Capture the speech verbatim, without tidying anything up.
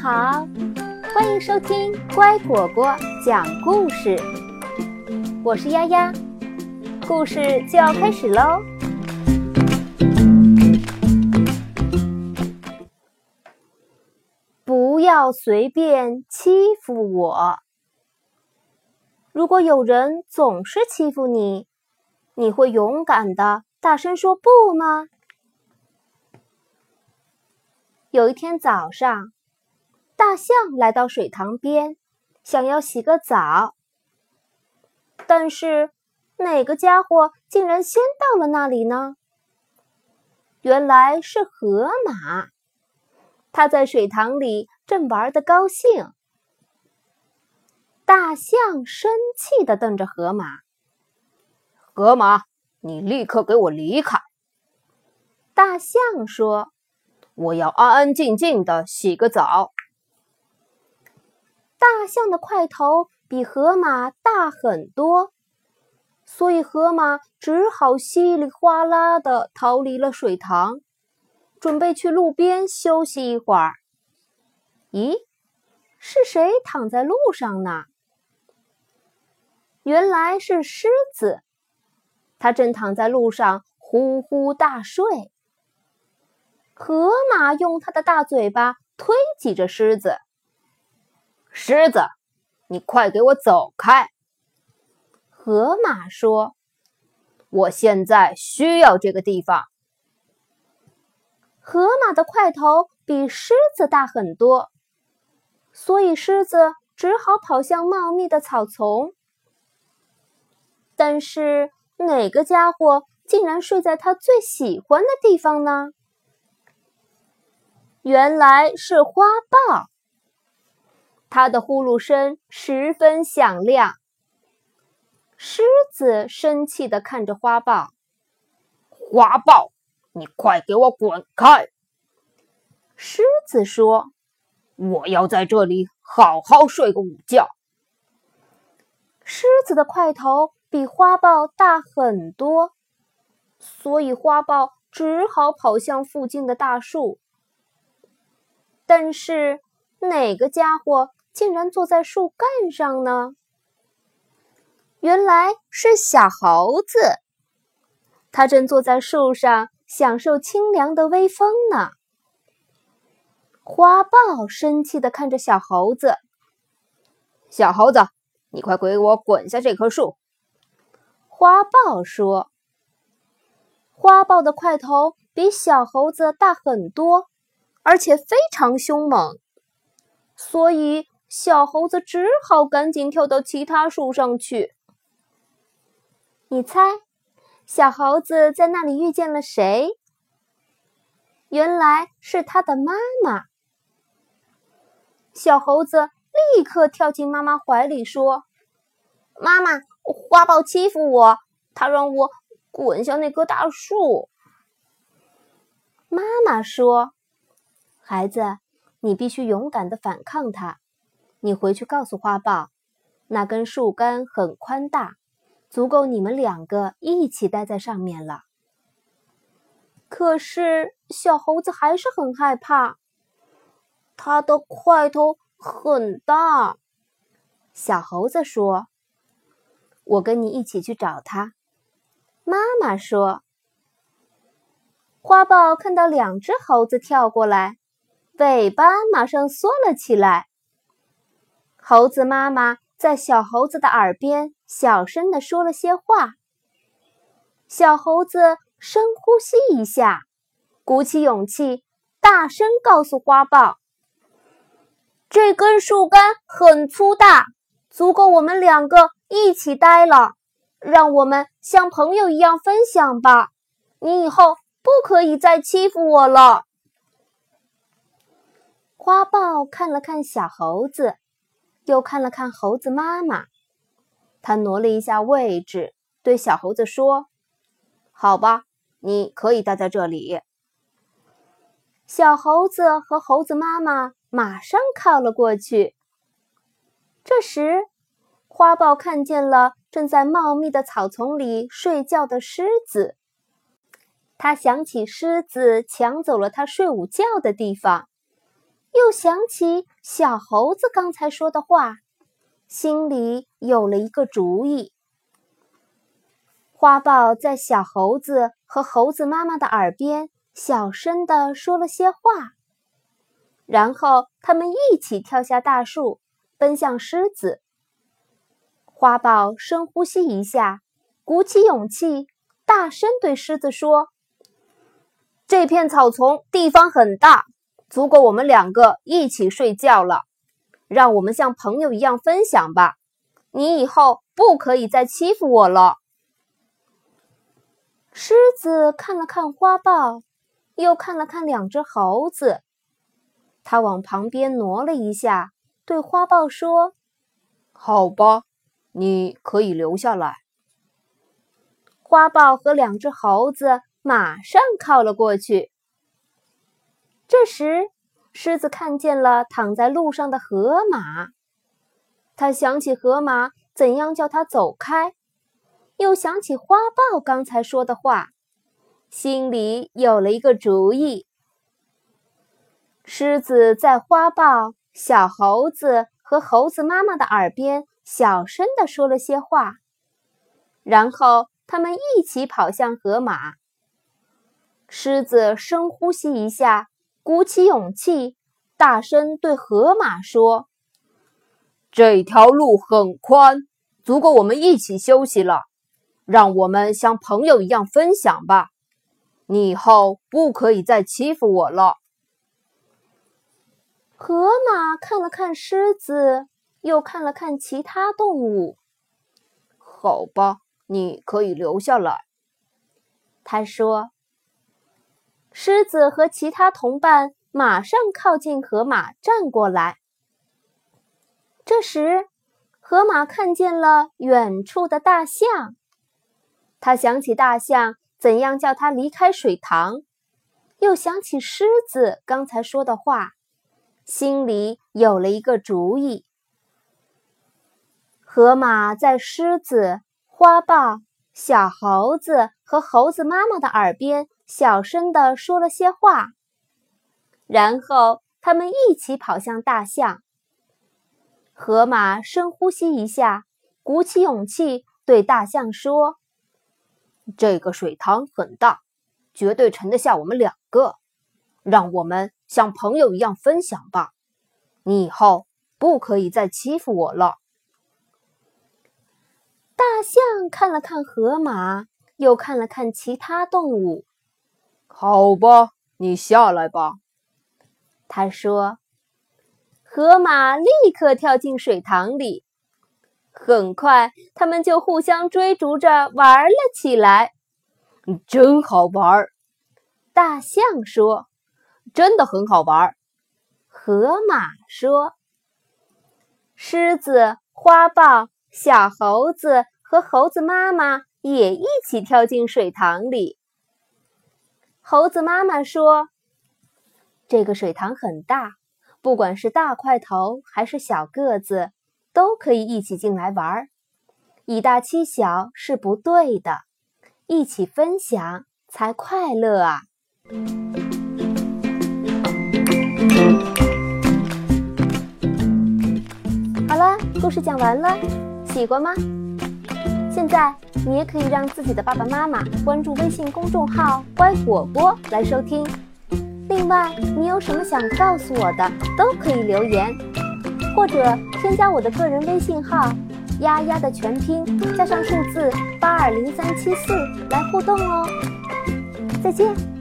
好，欢迎收听乖果果讲故事。我是丫丫，故事就要开始喽。不要随便欺负我。如果有人总是欺负你，你会勇敢地大声说不吗？有一天早上，大象来到水塘边，想要洗个澡。但是哪个家伙竟然先到了那里呢？原来是河马，它在水塘里正玩得高兴。大象生气地瞪着河马：“ 河马，你立刻给我离开！” 大象说：“ 我要安安静静地洗个澡。” 大象的块头比河马大很多，所以河马只好稀里哗啦地逃离了水塘，准备去路边休息一会儿。咦，是谁躺在路上呢？原来是狮子，它正躺在路上呼呼大睡。河马用它的大嘴巴推挤着狮子。 狮子，你快给我走开！ 河马说：“ 我现在需要这个地方。” 河马的块头比狮子大很多，所以狮子只好跑向茂密的草丛。但是哪个家伙竟然睡在他最喜欢的地方呢？原来是花豹。它的呼噜声十分响亮。狮子生气地看着花豹：“ 花豹，你快给我滚开！” 狮子说：“ 我要在这里好好睡个午觉。” 狮子的块头比花豹大很多，所以花豹只好跑向附近的大树。但是哪个家伙竟然坐在树干上呢？原来是小猴子，它正坐在树上享受清凉的微风呢。花豹生气地看着小猴子：“ 小猴子，你快给我滚下这棵树！” 花豹说。花豹的块头比小猴子大很多，而且非常凶猛，所以小猴子只好赶紧跳到其他树上去。你猜，小猴子在那里遇见了谁？原来是他的妈妈。小猴子立刻跳进妈妈怀里说：“妈妈，花豹欺负我，他让我滚向那棵大树。”妈妈说：“孩子，你必须勇敢地反抗它。你回去告诉花豹，那根树干很宽大，足够你们两个一起待在上面了。”可是小猴子还是很害怕，它的块头很大。小猴子说：“我跟你一起去找它。”妈妈说。花豹看到两只猴子跳过来，尾巴马上缩了起来。猴子妈妈在小猴子的耳边小声地说了些话。小猴子深呼吸一下，鼓起勇气，大声告诉花豹：“这根树干很粗大，足够我们两个一起待了。让我们像朋友一样分享吧。你以后不可以再欺负我了。”花豹看了看小猴子，又看了看猴子妈妈，他挪了一下位置，对小猴子说：“好吧，你可以待在这里。”小猴子和猴子妈妈马上靠了过去。这时，花豹看见了正在茂密的草丛里睡觉的狮子。他想起狮子抢走了他睡午觉的地方， 又想起小猴子刚才说的话，心里有了一个主意。花豹在小猴子和猴子妈妈的耳边小声地说了些话，然后他们一起跳下大树，奔向狮子。花豹深呼吸一下，鼓起勇气，大声对狮子说：这片草丛地方很大，足够我们两个一起睡觉了。让我们像朋友一样分享吧，你以后不可以再欺负我了。狮子看了看花豹，又看了看两只猴子，他往旁边挪了一下，对花豹说： 好吧，你可以留下来。 花豹和两只猴子马上靠了过去。这时，狮子看见了躺在路上的河马，他想起河马怎样叫他走开，又想起花豹刚才说的话，心里有了一个主意。狮子在花豹、小猴子和猴子妈妈的耳边小声地说了些话，然后他们一起跑向河马。狮子深呼吸一下，鼓起勇气，大声对河马说：这条路很宽，足够我们一起休息了。让我们像朋友一样分享吧，你以后不可以再欺负我了。河马看了看狮子，又看了看其他动物。 好吧，你可以留下来。 他说。狮子和其他同伴马上靠近河马站过来。这时，河马看见了远处的大象，他想起大象怎样叫他离开水塘，又想起狮子刚才说的话，心里有了一个主意。河马在狮子、花豹、小猴子和猴子妈妈的耳边小声地说了些话，然后他们一起跑向大象。河马深呼吸一下，鼓起勇气对大象说： 这个水塘很大，绝对盛得下我们两个。让我们像朋友一样分享吧，你以后不可以再欺负我了。 大象看了看河马，又看了看其他动物。 好吧，你下来吧。 他说。河马立刻跳进水塘里，很快他们就互相追逐着玩了起来。 真好玩， 大象说。 真的很好玩， 河马说。狮子、花豹、小猴子和猴子妈妈也一起跳进水塘里。猴子妈妈说：这个水塘很大，不管是大块头还是小个子，都可以一起进来玩。以大欺小是不对的，一起分享才快乐啊！好了，故事讲完了，喜欢吗？现在你也可以让自己的爸爸妈妈关注微信公众号“乖果果”来收听。另外，你有什么想告诉我的，都可以留言，或者添加我的个人微信号“丫丫”的全拼加上数字八二零三七四来互动哦。再见。